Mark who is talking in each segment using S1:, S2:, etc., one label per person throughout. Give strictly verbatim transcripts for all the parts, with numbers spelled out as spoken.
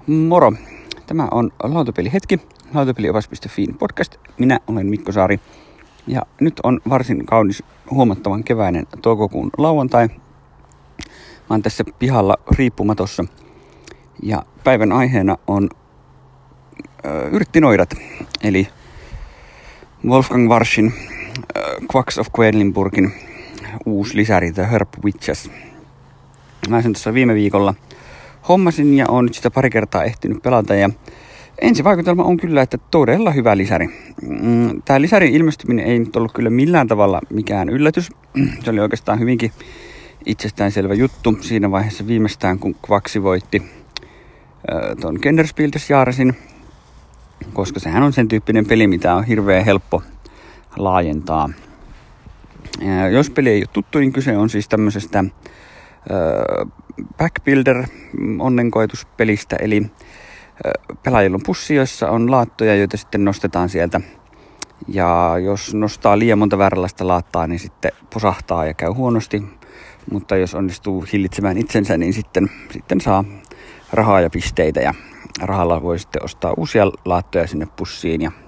S1: Moro! Tämä on Lautapelihetki, lautapeliopas piste fi podcast. Minä olen Mikko Saari ja nyt on varsin kaunis huomattavan keväinen toukokuun lauantai. Mä oon tässä pihalla riippumatossa ja päivän aiheena on ö, yrttinoidat, eli Wolfgang Warschin äh, Quacks of Quedlinburgin uusi lisäri, The Herb Witches. Mä sen tuossa viime viikolla hommasin ja oon nyt sitä pari kertaa ehtinyt pelata ja ensivaikutelma on kyllä, että todella hyvä lisäri. Tää lisärin ilmestyminen ei nyt ollut kyllä millään tavalla mikään yllätys. Se oli oikeastaan hyvinkin itsestäänselvä juttu siinä vaiheessa viimeistään, kun Quacks voitti äh, ton Kenderspieltesjahresin, koska sehän on sen tyyppinen peli, mitä on hirveän helppo laajentaa. Ja jos peli ei ole tuttu, niin kyse on siis tämmöisestä äh, backbuilder-onnenkoituspelistä, eli äh, pelaajilla on pussi, joissa on laattoja, joita sitten nostetaan sieltä. Ja jos nostaa liian monta vääränlaista laattaa, niin sitten posahtaa ja käy huonosti. Mutta jos onnistuu hillitsemään itsensä, niin sitten, sitten saa rahaa ja pisteitä. Ja rahalla voi sitten ostaa uusia laattoja sinne pussiin. Ja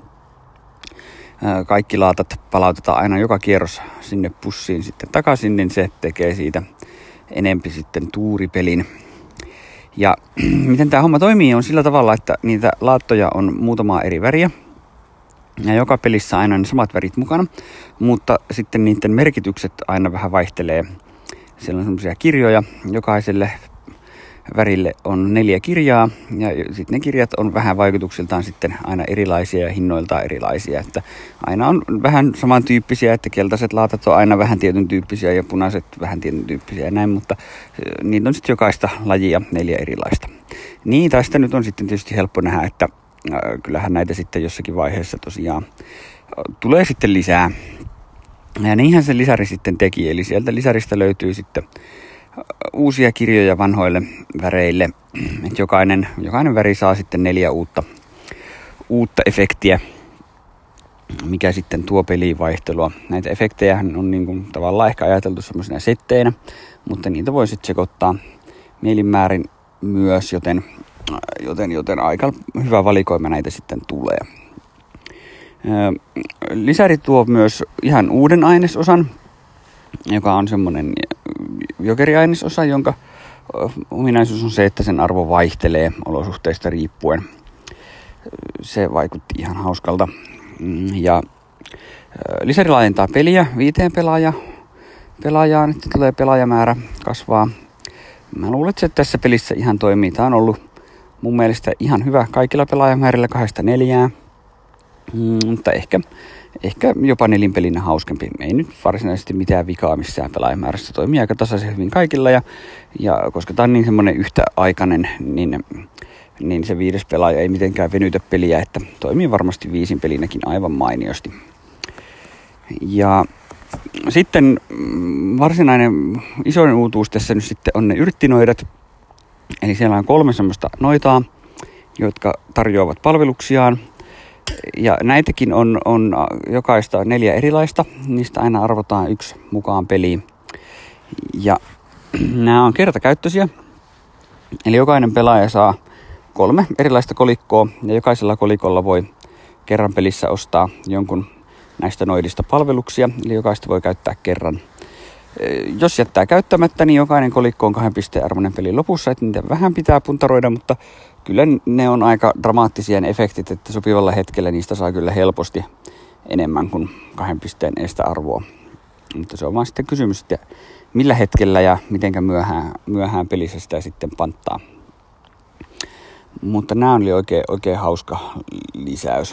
S1: ää, kaikki laatat palautetaan aina joka kierros sinne pussiin sitten takaisin, niin se tekee siitä enempi sitten tuuripelin. Ja miten tämä homma toimii on sillä tavalla, että niitä laattoja on muutamaa eri väriä. Ja joka pelissä aina ne samat värit mukana, mutta sitten niiden merkitykset aina vähän vaihtelee. Siellä on semmoisia kirjoja, jokaiselle värille on neljä kirjaa ja sitten ne kirjat on vähän vaikutuksiltaan sitten aina erilaisia ja hinnoiltaan erilaisia. Että aina on vähän samantyyppisiä, että keltaiset laatat on aina vähän tietyn tyyppisiä ja punaiset vähän tietyn tyyppisiä ja näin, mutta niitä on sitten jokaista lajia neljä erilaista. Niin, tästä nyt on sitten tietysti helppo nähdä, että kyllähän näitä sitten jossakin vaiheessa tosiaan tulee sitten lisää. Ja niinhän se lisäri sitten teki, eli sieltä lisäristä löytyy sitten uusia kirjoja vanhoille väreille. Et jokainen, jokainen väri saa sitten neljä uutta, uutta efektiä, mikä sitten tuo peliin vaihtelua. Näitä efektejä on niin kuin tavallaan ehkä ajateltu semmoisina setteinä, mutta niitä voi sitten sekoittaa mielinmäärin myös, joten Joten, joten aika hyvä valikoima näitä sitten tulee. Lisäri tuo myös ihan uuden ainesosan, joka on semmoinen jokeriainesosa, jonka ominaisuus on se, että sen arvo vaihtelee olosuhteista riippuen. Se vaikutti ihan hauskalta. Ja lisäri laajentaa peliä viiteen pelaaja, pelaajaan, että tulee pelaajamäärä kasvaa. Mä luulen, että se tässä pelissä ihan toimii. Tämä on ollut mun mielestä ihan hyvä kaikilla pelaajamäärillä kahdesta neljää, mm, mutta ehkä, ehkä jopa nelinpelinä hauskempi. Ei nyt varsinaisesti mitään vikaa missään pelaajamäärässä, toimii aika tasaisen hyvin kaikilla ja, ja koska tämä on niin semmoinen yhtäaikainen, niin, niin se viides pelaaja ei mitenkään venytä peliä, että toimii varmasti viisin pelinäkin aivan mainiosti. Ja sitten varsinainen isoin uutuus tässä nyt sitten on ne yrttinoidat. Eli siellä on kolme semmoista noitaa, jotka tarjoavat palveluksiaan. Ja näitäkin on, on jokaista neljä erilaista. Niistä aina arvotaan yksi mukaan peliin. Ja nämä on kertakäyttöisiä. Eli jokainen pelaaja saa kolme erilaista kolikkoa. Ja jokaisella kolikolla voi kerran pelissä ostaa jonkun näistä noidista palveluksia. Eli jokaista voi käyttää kerran. Jos jättää käyttämättä, niin jokainen kolikko on kahden pisteen arvoinen pelin lopussa, että niitä vähän pitää puntaroida, mutta kyllä ne on aika dramaattisia ne efektit, että sopivalla hetkellä niistä saa kyllä helposti enemmän kuin kahden pisteen eestä arvoa. Mutta se on vaan sitten kysymys, että millä hetkellä ja mitenkä myöhään, myöhään pelissä sitä sitten panttaa. Mutta nämä oli oikein, oikein hauska lisäys.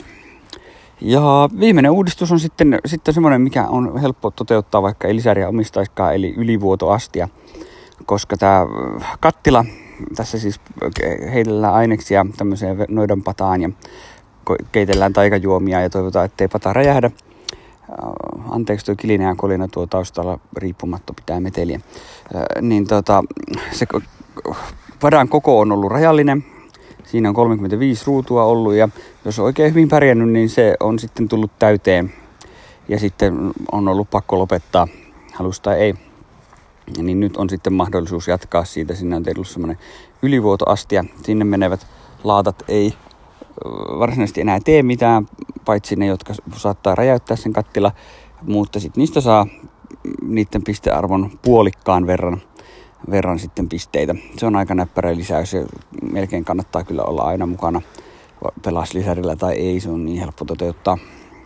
S1: Ja viimeinen uudistus on sitten, sitten semmoinen, mikä on helppo toteuttaa, vaikka ei lisäriä omistaisikaan, eli ylivuotoastia. Koska tämä kattila, tässä siis heitellään aineksia tämmöiseen noidanpataan ja keitellään taikajuomia ja toivotaan, ettei pata räjähdä. Anteeksi tuo kilinä ja kolina tuo taustalla riippumatta pitää meteliä. Niin tota, se padan koko on ollut rajallinen. Siinä on kolmekymmentäviisi ruutua ollut ja jos on oikein hyvin pärjännyt, niin se on sitten tullut täyteen. Ja sitten on ollut pakko lopettaa, halus tai ei. Niin nyt on sitten mahdollisuus jatkaa siitä. Sinne on tehnyt semmoinen ylivuotoastia. Sinne menevät laatat ei varsinaisesti enää tee mitään, paitsi ne, jotka saattaa räjäyttää sen kattila, mutta sitten niistä saa niiden pistearvon puolikkaan verran, verran sitten pisteitä. Se on aika näppärä lisäys ja melkein kannattaa kyllä olla aina mukana pelaslisärillä tai ei, se on niin helppo toteuttaa.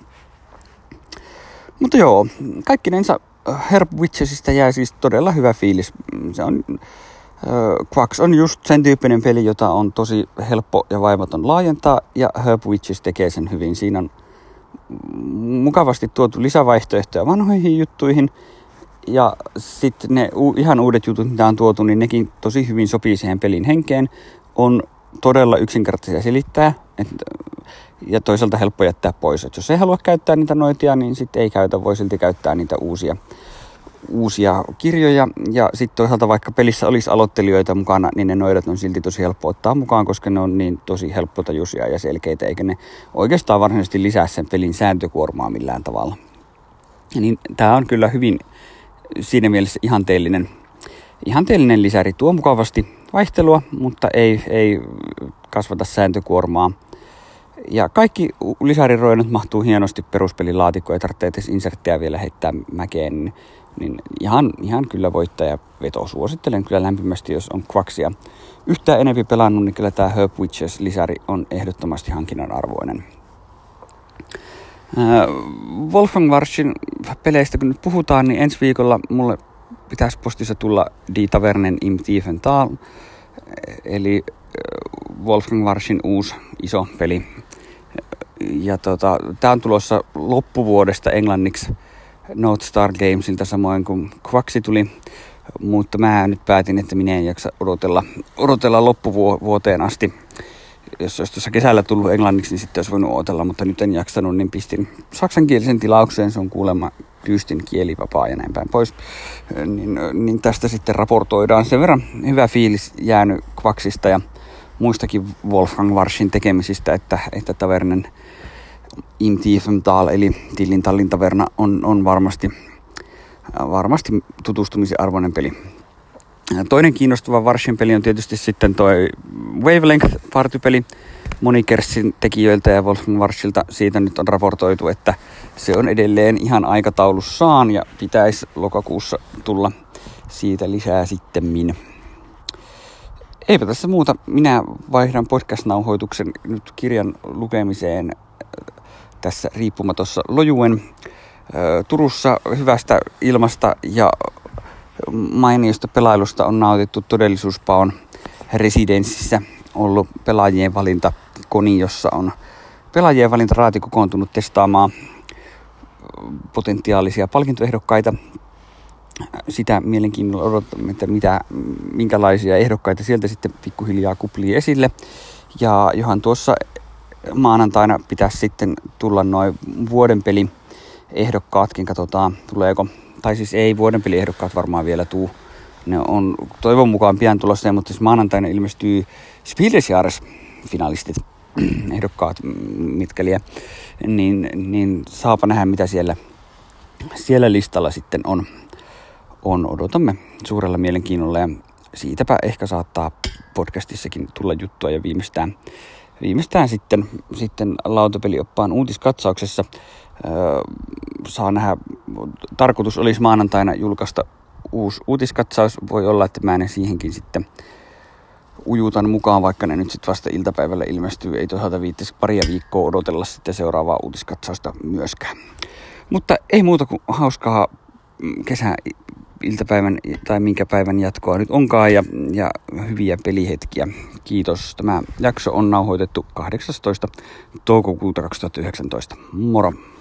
S1: Mutta joo, kaikkinensa Herb Witchesista jää siis todella hyvä fiilis. Se on, äh, Quacks on just sen tyyppinen peli, jota on tosi helppo ja vaivaton laajentaa, ja Herb Witches tekee sen hyvin. Siinä on mukavasti tuotu lisävaihtoehtoja vanhoihin juttuihin, ja sitten ne u- ihan uudet jutut, mitä on tuotu, niin nekin tosi hyvin sopii siihen pelin henkeen. On todella yksinkertaisia selittää, et, ja toisaalta helppo jättää pois. Et jos ei halua käyttää niitä noitia, niin sitten ei käytä, voi silti käyttää niitä uusia, uusia kirjoja. Ja sitten toisaalta vaikka pelissä olisi aloittelijoita mukana, niin ne noidat on silti tosi helppo ottaa mukaan, koska ne on niin tosi helppotajuisia ja selkeitä, eikä ne oikeastaan varsinaisesti lisää sen pelin sääntökuormaa millään tavalla. Niin tämä on kyllä hyvin siinä mielessä ihanteellinen, ihanteellinen lisäri. Tuo mukavasti vaihtelua, mutta ei, ei kasvata sääntökuormaa. Ja kaikki lisäriroidut mahtuu hienosti peruspelilaatikkoon, ei tarvitse edes inserttejä vielä heittää mäkeen, niin, niin ihan, ihan kyllä voittaja veto. Suosittelen kyllä lämpimästi, jos on Quacksia yhtään enemmän pelannut, niin kyllä tämä Herb Witches-lisäri on ehdottomasti hankinnan arvoinen. Äh, Wolfgang Warschin peleistä kun nyt puhutaan, niin ensi viikolla mulle pitäisi postissa tulla Die Tavernen im tiefen Tal, eli Wolfgang Warschin uusi iso peli. Ja tota, tää on tulossa loppuvuodesta englanniksi North Star Gamesilta samoin kuin Quaxi tuli, mutta mä nyt päätin, että minä en jaksa odotella, odotella loppuvuoteen asti. Jos olisi tuossa kesällä tullut englanniksi, niin sitten olisi voinut odotella, mutta nyt en jaksanut, niin pistin saksankielisen tilaukseen. Se on kuulemma tyystin kielivapaa ja näin päin pois. Niin, niin tästä sitten raportoidaan. Sen verran hyvä fiilis jäänyt Quaxista ja muistakin Wolfgang Warschin tekemisistä, että, että Tavernen im tiefen Tal, eli Tillintallin taverna, on, on varmasti, varmasti tutustumisen arvoinen peli. Toinen kiinnostava Warschin peli on tietysti sitten toi Wavelength-partypeli Monikersin tekijöiltä ja Wolfgang Warschilta. Siitä nyt on raportoitu, että se on edelleen ihan aikataulussaan ja pitäisi lokakuussa tulla siitä lisää sittemmin. Eipä tässä muuta. Minä vaihdan podcast-nauhoituksen nyt kirjan lukemiseen tässä riippumatossa lojuen. Turussa hyvästä ilmasta ja mainiosta pelailusta on nautittu Todellisuuspaon residenssissä ollut pelaajien valinta koni, jossa on pelaajien valintaraati kokoontunut testaamaan potentiaalisia palkintoehdokkaita. Sitä mielenkiinnolla odotamme, että mitä, minkälaisia ehdokkaita sieltä sitten pikkuhiljaa kuplii esille. Ja johan tuossa maanantaina pitäisi sitten tulla noin vuoden peli ehdokkaatkin, katsotaan tuleeko. Tai siis ei vuoden peliehdokkaat varmaan vielä tuu. Ne on toivon mukaan pian tulossa, mutta siis maanantaina ilmestyy Spielesjahres-finalistit, ehdokkaat, mitkä liian. Niin, niin saapa nähdä, mitä siellä, siellä listalla sitten on. on. Odotamme suurella mielenkiinnolla ja siitäpä ehkä saattaa podcastissakin tulla juttua ja viimeistään, viimeistään sitten, sitten lautapelioppaan uutiskatsauksessa. Öö, saa nähdä, tarkoitus olisi maanantaina julkaista uusi uutiskatsaus. Voi olla, että mä en siihenkin sitten ujutan mukaan, vaikka ne nyt sitten vasta iltapäivällä ilmestyy. Ei toisaalta viittisi paria viikkoa odotella sitten seuraavaa uutiskatsausta myöskään. Mutta ei muuta kuin hauskaa kesä iltapäivän tai minkä päivän jatkoa nyt onkaan ja, ja hyviä pelihetkiä. Kiitos. Tämä jakso on nauhoitettu kahdeksastoista toukokuuta kaksituhattayhdeksäntoista. Moro!